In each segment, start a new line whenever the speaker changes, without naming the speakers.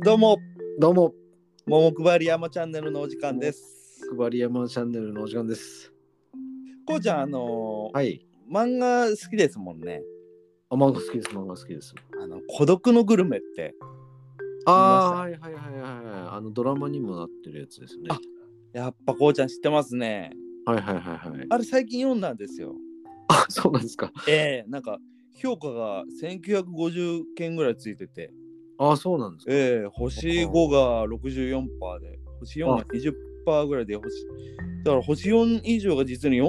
どうも、
どうも、
ももくばり山チャンネルのお時間です。
くばり山チャンネルのお時間です。
こうちゃん、
はい。
漫画好きですもんね。
漫画好きです、漫画好きです。
孤独のグルメって見ました？
はいはいはいはい。ドラマにもなってるやつですね。
あ、やっぱこうちゃん知ってますね。
はいはいはいはい。
あれ最近読んだんですよ。
そうなんですか。
なんか評価が1950件ぐらいついてて、
そうなんですか。
星5が64%で、星4が20%ぐらいで、だから星4以上が実に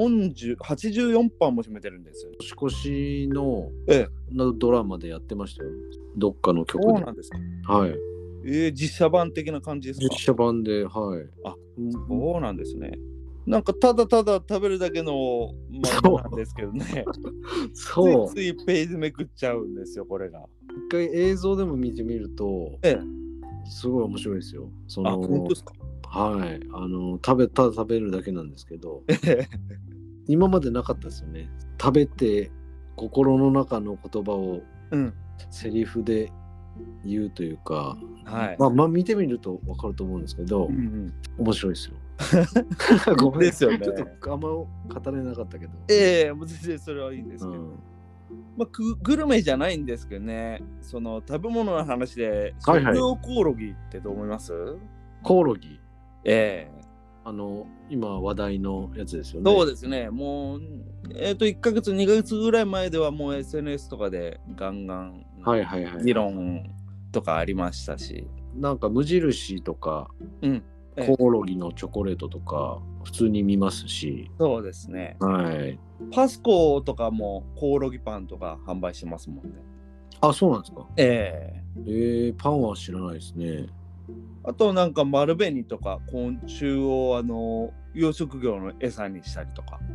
84%も占めてるんですよ。
年越しの
ええ、
ドラマでやってましたよ。どっかの曲で。
そうなんですか。
はい。
実写版的な感じですか？
実写版で、はい。
そうなんですね。なんかただただ食べるだけの漫画なんですけどね。
そう。
ついついページめくっちゃうんですよ、これが。
一回映像でも見てみると、
ええ。
すごい面白いですよ。
本当ですか？
はい。ただ食べるだけなんですけど、今までなかったですよね。食べて心の中の言葉をセリフで言うというか、
はい。
まあ見てみると分かると思うんですけど、面白いですよ。ごめん
ですよね。
ちょっとあんま語れなかったけど。
もう全然それはいいんですけど。グルメじゃないんですけどね。その食べ物の話で食用コオロギってどう思います？
コオロギ。
ええ。
今話題のやつですよね。
そうですね。もう1ヶ月2ヶ月ぐらい前ではもう SNS とかでガンガン議論とかありましたし、
なんか無印とか、コオロギのチョコレートとか普通に見ますし。
そうですね。
はい。
パスコとかもコオロギパンとか販売してますもんね。
そうなんですか。パンは知らないですね。
あとなんか丸紅とか昆虫を養殖業の餌にしたりとか。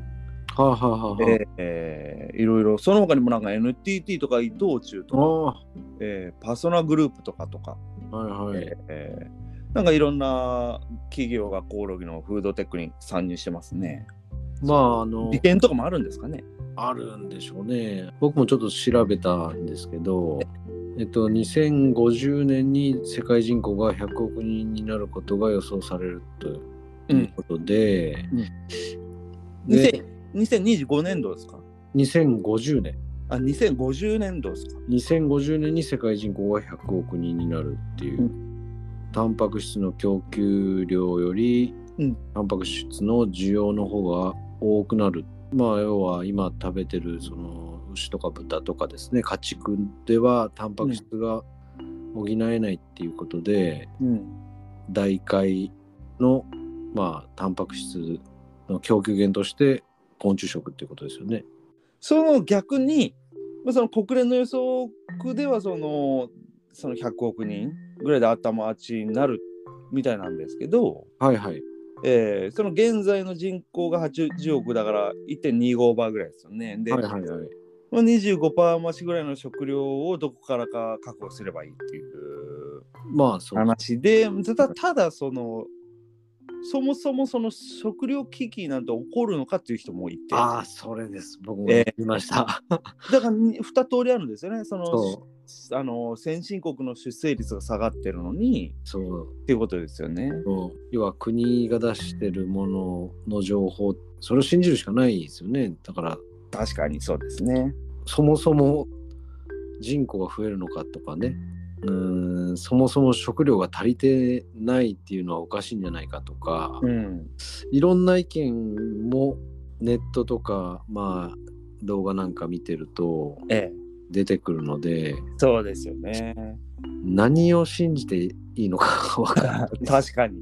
いろいろその他にもなんか NTT とか伊藤忠とか、パソナグループとか、なんかいろんな企業がコオロギのフードテックに参入してますね。利点とかもあるんですかね？
あるんでしょうね。僕もちょっと調べたんですけど、2050年に世界人口が100億人になることが予想されるということで、
2025年度ですか
？2050年。
2050年度ですか
？2050年に世界人口が100億人になるっていう、タンパク質の供給量より、タンパク質の需要の方が多くなる。要は今食べてるその牛とか豚とかですね、家畜ではタンパク質が補えないっていうことで、代替のタンパク質の供給源として昆虫食っていうことですよね。
その逆に、その国連の予測ではその100億人ぐらいで頭打ちになるみたいなんですけど、その現在の人口が80億だから 1.25 倍ぐらいですよね。で、25% 増しぐらいの食料をどこからか確保すればいいっていう話で、ただそもそもその食料危機なんて起こるのかっていう人もいて、
それです。僕も言いました。
だから2通りあるんですよね。先進国の出生率が下がってるのにっていうことですよね。
要は国が出してるものの情報、それを信じるしかないですよね。だから
確かにそうですね。
そもそも人口が増えるのかとかね、そもそも食料が足りてないっていうのはおかしいんじゃないかとか、いろんな意見もネットとか動画なんか見てると出てくるので、
そうですよね。
何を信じていいのか分からない。
確かに。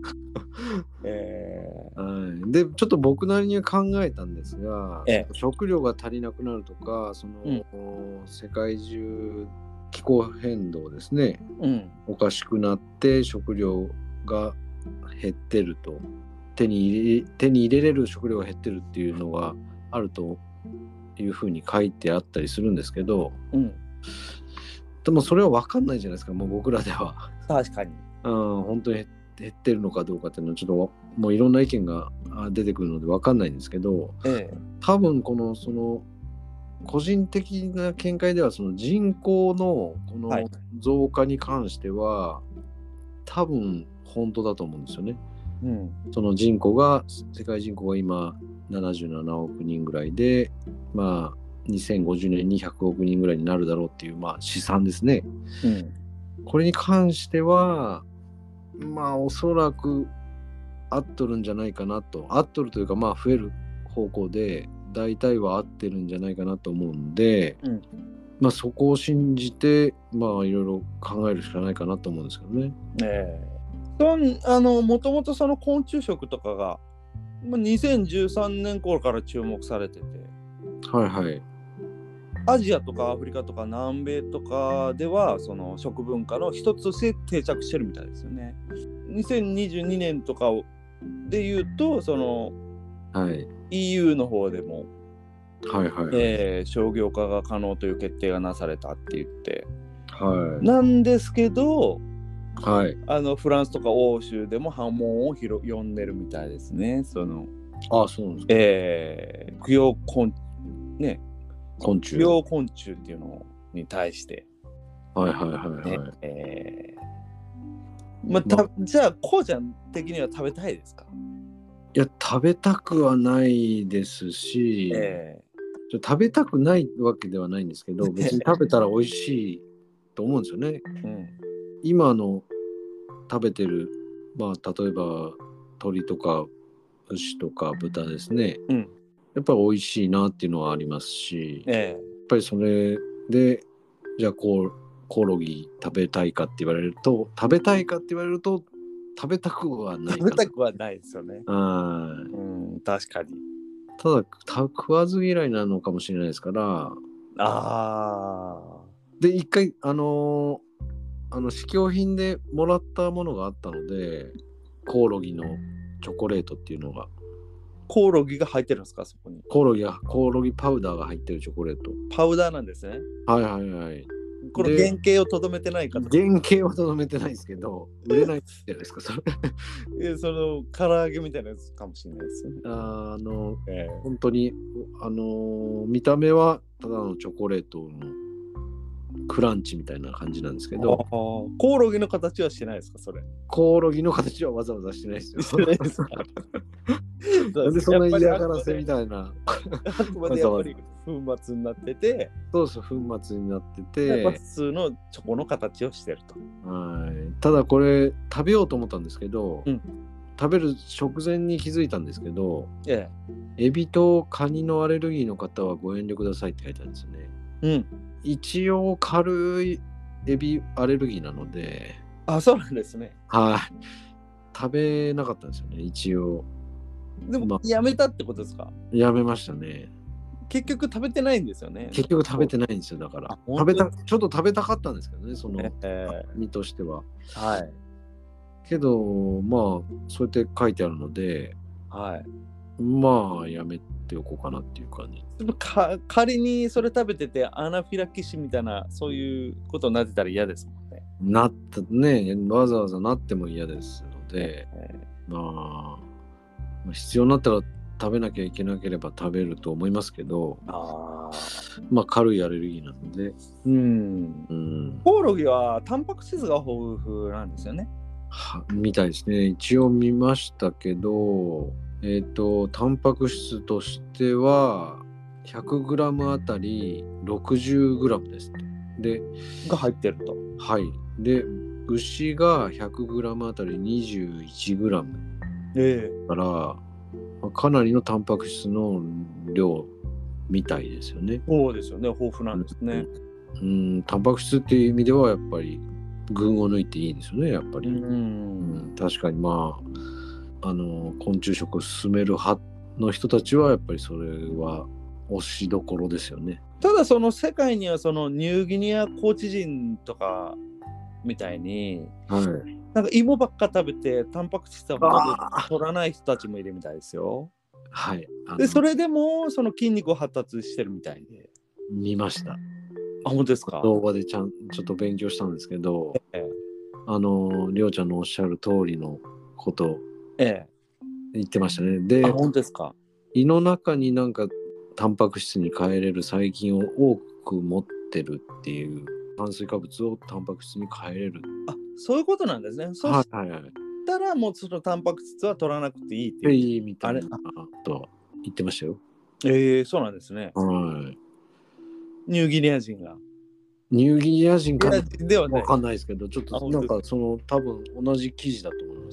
でちょっと僕なりには考えたんですが、食料が足りなくなるとか、世界中気候変動ですね、おかしくなって食料が減ってると、手に入れれる食料が減ってるっていうのがあるというふうに書いてあったりするんですけど、でもそれは分かんないじゃないですか、もう僕らでは。
確かに。
本当に減ってるのかどうかっていうのはちょっともういろんな意見が出てくるので分かんないんですけど、多分その個人的な見解ではその人口のこの増加に関しては、 多分本当だと思うんですよね。
うん、
その世界人口が今77億人ぐらいで、まあ2050年に100億人ぐらいになるだろうっていう、まあ、試算ですね。
うん、
これに関してはまあおそらく合っとるんじゃないかなと、合っとるというか、まあ増える方向で大体は合ってるんじゃないかなと思うんで、うん、まあそこを信じてまあいろいろ考えるしかないかなと思うんですけどね。
もともとその昆虫食とかが2013年頃から注目されてて、
はいはい、
アジアとかアフリカとか南米とかではその食文化の一つとして定着してるみたいですよね。2022年とかで言うとその、はい、EU の方でも、はいはいはい、商業化が可能という決定がなされたって言って、はい、なんですけど、はい、フランスとか欧州でも波紋を呼んでるみたいですね。そうなんですか。供養昆虫っていうのに対して。はいはいはいはい。じゃあこうちゃん的には食べたいですか？
いや食べたくはないですし、食べたくないわけではないんですけど、別に食べたら美味しいと思うんですよね。うん、今の食べてる、まあ例えば鶏とか牛とか豚ですね、うん、やっぱり美味しいなっていうのはありますし、やっぱりそれでじゃあコオロギ食べたいかって言われると食べたくはないかな。
食べたくはないですよね。うん、確かに。
ただ食わず嫌いなのかもしれないですから。で一回試供品でもらったものがあったので、コオロギのチョコレートっていうのが。
コオロギが入ってるんですか、そこに。
コオロギパウダーが入ってるチョコレート。
パウダーなんですね。
はいはいはい。
この原型をとどめてないかと。
原型はとどめてないですけど、売れないじゃないですか、それ。
その唐揚げみたいなやつかもしれないですよね。
本当に見た目はただのチョコレートのクランチみたいな感じなんですけど、
コオロギの形はしてないですか、それ。
コオロギの形はわざわざしてないですよ。してないですか。なんでそんな嫌がらせみたいな。
あくまでやっぱり粉末になってて、
そうそう、粉末になってて、
普通のチョコの形をしてると。
はい。ただこれ食べようと思ったんですけど、うん、食べる直前に気づいたんですけど、エビとカニのアレルギーの方はご遠慮くださいって書いてあるんですよね。うん。一応軽いエビアレルギーなので。
あ、そうなんですね。
はい。食べなかったんですよね、一応。
でも、やめたってことですか？
やめましたね。
結局食べてないんですよね。
結局食べてないんですよ、だから。ちょっと食べたかったんですけどね、その身としては。はい。けど、まあ、そうやって書いてあるので、はい。まあ、やめておこうかなっていう感じ。
でも仮にそれ食べててアナフィラキシーみたいな、そういうことになってたら嫌ですもんね。
わざわざなっても嫌ですので、まあ、必要になったら食べなきゃいけなければ食べると思いますけど、まあ軽いアレルギーなので。
コオロギはタンパク質が豊富なんですよね。
みたいですね。一応見ましたけど、タンパク質としては 100g あたり 60g です。で、
が入ってると。
はい。で、牛が 100g あたり 21g。から、かなりのタンパク質の量みたいですよね。
そうですよね。豊富なんですね。
タンパク質っていう意味ではやっぱり群を抜いていいですよね、やっぱり。確かにまあ昆虫食を進める派の人たちはやっぱりそれは推しどころですよね。
ただその世界にはそのニューギニア高地人とかみたいに、はい、なんか芋ばっか食べてタンパク質は取らない人たちもいるみたいですよ。はい。でそれでもその筋肉を発達してるみたいで。
見ました。
あ、本当ですか？
動画でちょっと勉強したんですけど、りょうちゃんのおっしゃる通りのこと言ってましたね。で、
本当ですか？
胃の中になんかタンパク質に変えれる細菌を多く持ってるっていう炭水化物をタンパク質に変えれる。
そういうことなんですね。そしたらもうそのタンパク質は取らなくていいっていう。
みたいなと言ってましたよ。
そうなんですね。
はい。
ニューギニア人が。
ニューギニア人か
では
わかんないですけど、ちょっとなんかその多分同じ記事だと思います。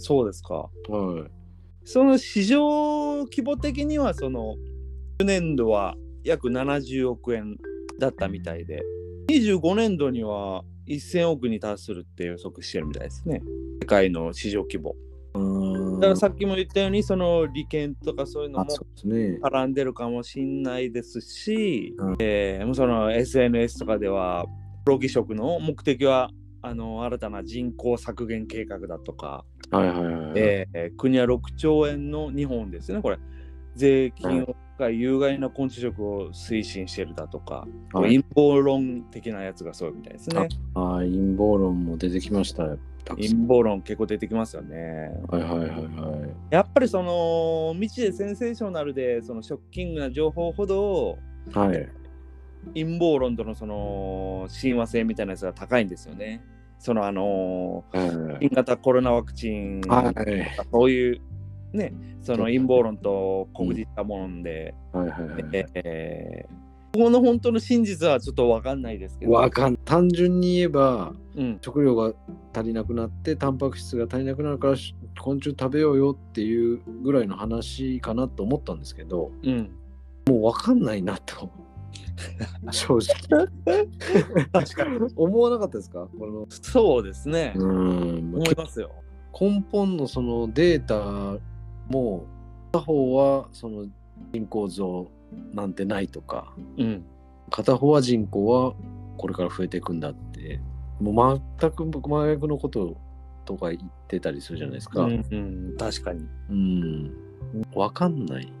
そうですか。
はい。
その市場規模的にはその去年度は約70億円だったみたいで、25年度には1000億に達するって予測してるみたいですね。世界の市場規模。だからさっきも言ったようにその利権とかそういうのも絡んでるかもしれないですし、その SNS とかではプロ技職の目的は新たな人口削減計画だとか、国は6兆円の日本ですね、これ税金を有害な昆虫食を推進してるだとか、陰謀論的なやつがそうみたいですね。
陰謀論も出てきましたよ。
陰謀論結構出てきますよね。やっぱりその未知でセンセーショナルでそのショッキングな情報ほど、陰謀論とのその親和性みたいなやつが高いんですよね。その新型コロナワクチン、そういうね、その陰謀論と酷似したもので、ここの本当の真実はちょっと分かんないですけど、
単純に言えば、食料が足りなくなってタンパク質が足りなくなるから昆虫食べようよっていうぐらいの話かなと思ったんですけど、もう分かんないなと正直確かに思わなかったですか？
そうですね、思いますよ。
根本のそのデータも片方はその人口増なんてないとか、片方は人口はこれから増えていくんだってもう全く真逆のこととか言ってたりするじゃないですか。
確かに。
分かんない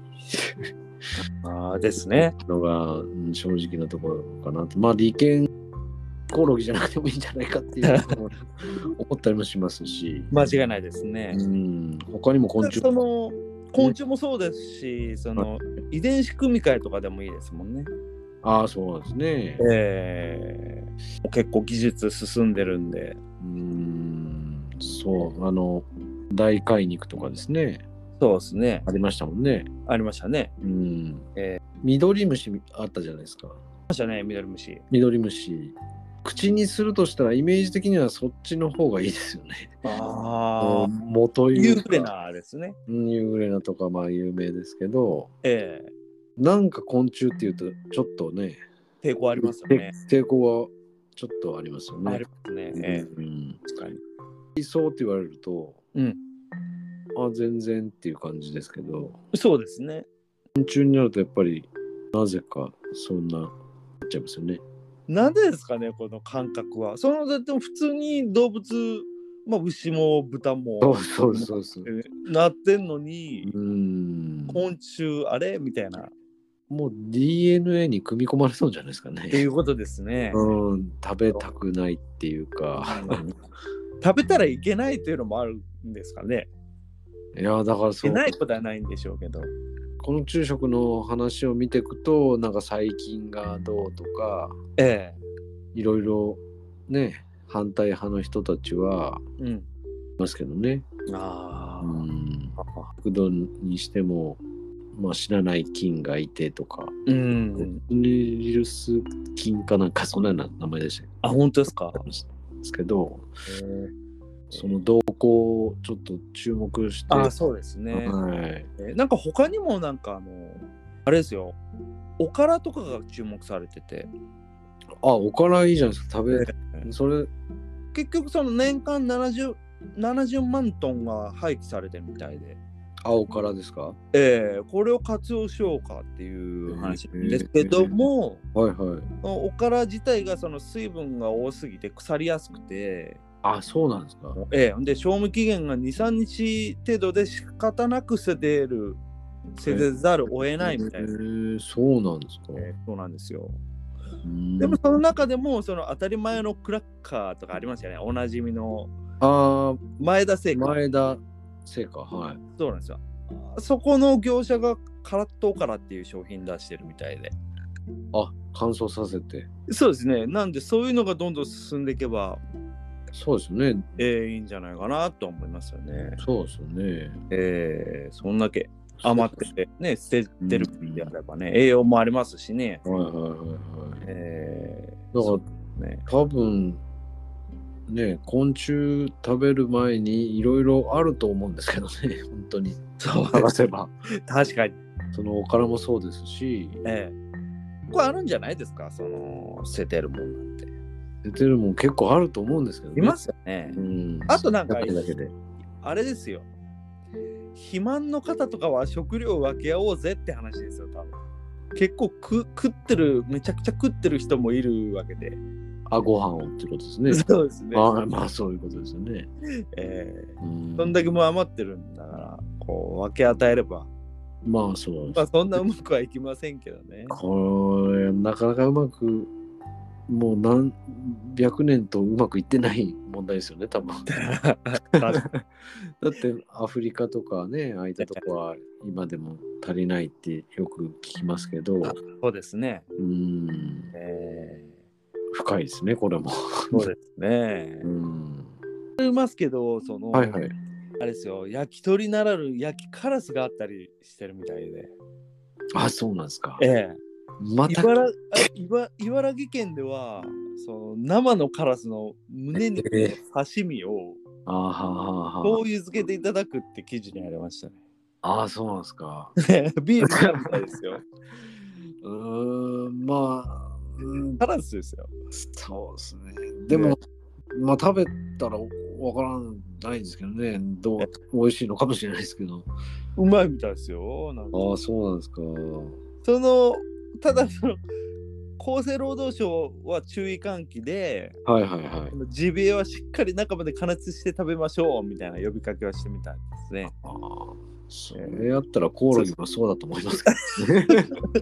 ですね
のが正直なところかなと。まあ利権コオロギじゃなくてもいいんじゃないかっていう思ったりもしますし。
間違いないですね。
他にも昆虫
もそうですし、その遺伝子組み換えとかでもいいですもんね。
そうですね。
結構技術進んでるんで。
大飼い肉とかですね。
そうですね。
ありましたもんね。
ありましたね。
緑虫あったじゃないですか。あり
ましたね、緑虫。
口にするとしたらイメージ的にはそっちの方がいいですよね。元
ユーグレナですね。
ユーグレナとかまあ有名ですけど、なんか昆虫っていうとちょっとね
抵抗ありますよね。
抵抗はちょっとありますよね。
ありますね。
確かに。いそうって言われると、全然っていう感じですけど。
そうですね。
昆虫になるとやっぱりなぜかそんななっちゃいますよね。
なんでですかね、この感覚は。だって普通に動物、牛も豚もなってんのに、昆虫あれみたいな。
もう DNA に組み込まれそうじゃないですかね。
っていうことですね。
食べたくないっていうか
食べたらいけないっていうのもあるんですかね。
いやだから
そう。いけないことはないんでしょうけど。
昆虫食の話を見ていくとなんか細菌がどうとか、いろいろね反対派の人たちはいますけどね。食道にしても、死なない菌がいてとか、ウイルス菌かなんかそんなような名前でした。
本当ですか？
ですけど、その動向をちょっと注目して。
そうですね。なんか他にもなんかあれですよ、おからとかが注目されてて。
おからいいじゃないですか。それ
結局その年間70万トンが廃棄されてるみたいで。
おからですか？
これを活用しようかっていう話なんですけども、おから自体がその水分が多すぎて腐りやすくて。
そうなんですか？
で賞味期限が 2,3 日程度で仕方なく捨てざるを得ないみたいな。
そうなんですか？
そうなんですよ。でもその中でもその当たり前のクラッカーとかありますよね。おなじみの前田製菓。そうなんですよ。そこの業者がカラッとおからっていう商品出してるみたいで。
乾燥させて。
そうですね。なんでそういうのがどんどん進んでいけば
そうですよね。
いいんじゃないかなと思いますよね。
そうですよね。
そんだけ余っててね、捨ててるんであればね、栄養もありますしね。
はいはいはいはい。だから、ね、多分ね、昆虫食べる前にいろいろあると思うんですけどね、本当に。
そう
探せば。
確かに。
そのおからもそうですし。
これあるんじゃないですか、その捨ててるもんなんて。
捨ててるもん結構あると思うんですけどね。
いますよね。あとなんかあれですよ。肥満の方とかは食料を分け合おうぜって話ですよ、多分。結構食ってる、めちゃくちゃ食ってる人もいるわけで。
ご飯をってことですね。
そうですね。
まあそういうことですよね。
そんだけも余ってるんだから、こう分け与えれば。
まあそうです。
まあそんなうまくはいきませんけどね。
これなかなかうまく、もう何百年とうまくいってない問題ですよね、多分。だってアフリカとかね、ああいったとこは今でも足りないってよく聞きますけど。
そうですね。
深いですね、これも。
そうですね。ありますけど、その、あれですよ、焼き鳥ならぬ焼きカラスがあったりしてるみたいで。
そうなんですか。
茨城県ではその生のカラスの胸肉の刺身を醤油漬けていただくって記事にありましたね。
そうなんですか。
ビールみたいですよ。
まあ、
カラスですよ。
そうですね。でも、まあ食べたらわからないんですけどね、美味しいのかもしれないですけど。
うまいみたいですよ。
そうなんですか。
ただその厚生労働省は注意喚起で、ジビエはしっかり中まで加熱して食べましょうみたいな呼びかけはしてみたんですね。
それやったらコオロギもそうだと思いますけどね。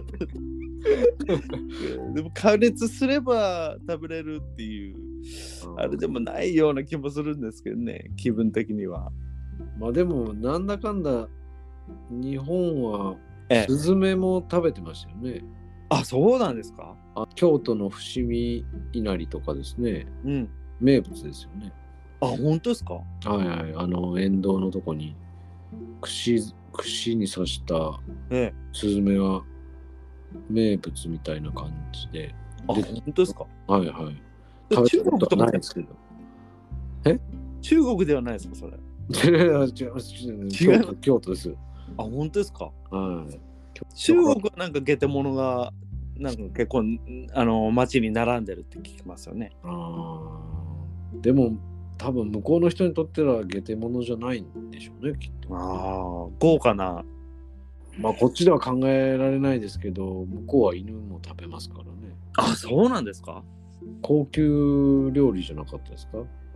でも加熱すれば食べれるっていうあれでもないような気もするんですけどね、気分的には。
まあでもなんだかんだ日本はスズメも食べてましたよね。
そうなんですか。
京都の伏見稲荷とかですね、名物ですよね。
本当ですか。
沿道のとこに串に刺したスズメは名物みたいな感じで。
本当ですか。
中国とかないですけど。
中国ではないですか、それ。
京都です。
本当ですか。中国はなんかゲテモノがなんか結構街に並んでるって聞きますよね。
でも多分向こうの人にとってはゲテモノじゃないんでしょうね、きっと。
豪華な。
まあこっちでは考えられないですけど、向こうは犬も食べますからね。
そうなんですか。
高級料理じゃなかったですか。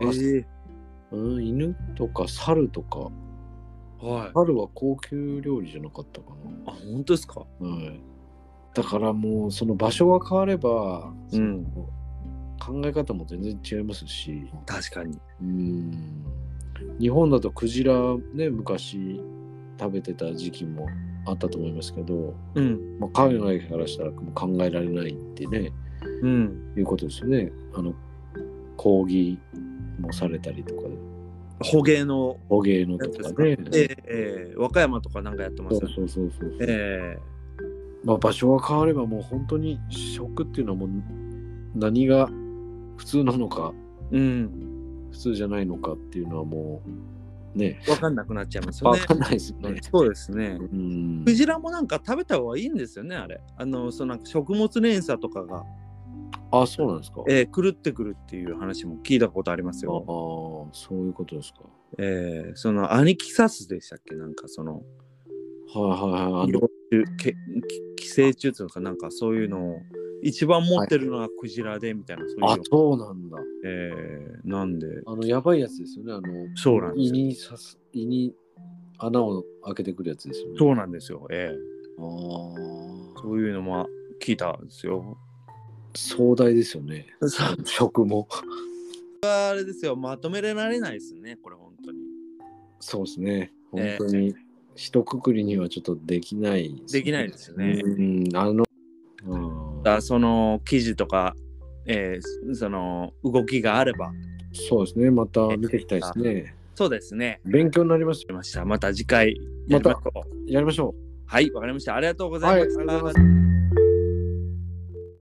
犬とか猿とか。猿は高級料理じゃなかったかな。
本当ですか。
だからもうその場所が変われば、考え方も全然違いますし。
確かに。
日本だとクジラね、昔食べてた時期もあったと思いますけど、海外からしたら考えられないってね、いうことですよね。抗議もされたりとかで。
捕鯨の
とかね。
和歌山とかなんかやってますよね。
そう。まあ場所が変わればもう本当に食っていうのはもう何が普通なのか、普通じゃないのかっていうのはもうね、
分かんなくなっちゃいますよね。
分かんないですね。
そうですね。クジラもなんか食べた方がいいんですよね、あれ。そのなんか食物連鎖とかが。
そうなんですか。
狂ってくるっていう話も聞いたことありますよ。
そういうことですか。
そのアニキサスでしたっけ、なんかその寄生虫とかなんかそういうのを一番持ってるのはクジラでみたいな、
そうなんだ。
なんで
やばいやつですよね。
そうなんですよ。
胃に穴を開けてくるやつですよね。
そうなんですよ。そういうのも聞いたんですよ。
壮大ですよね。食も。
あれですよ、まとめられないですね、これ本当に。
そうですね。本当に一括りにはちょっとできないですね。
できないですよね。その記事とか、その動きがあれば
そうですね。また見ていきたいですね。
そうですね。
勉強になりまし
た。また次回やりましょう。
やりましょう。
はい、わかりました。ありがとうございました。
はい、ありがとうございます。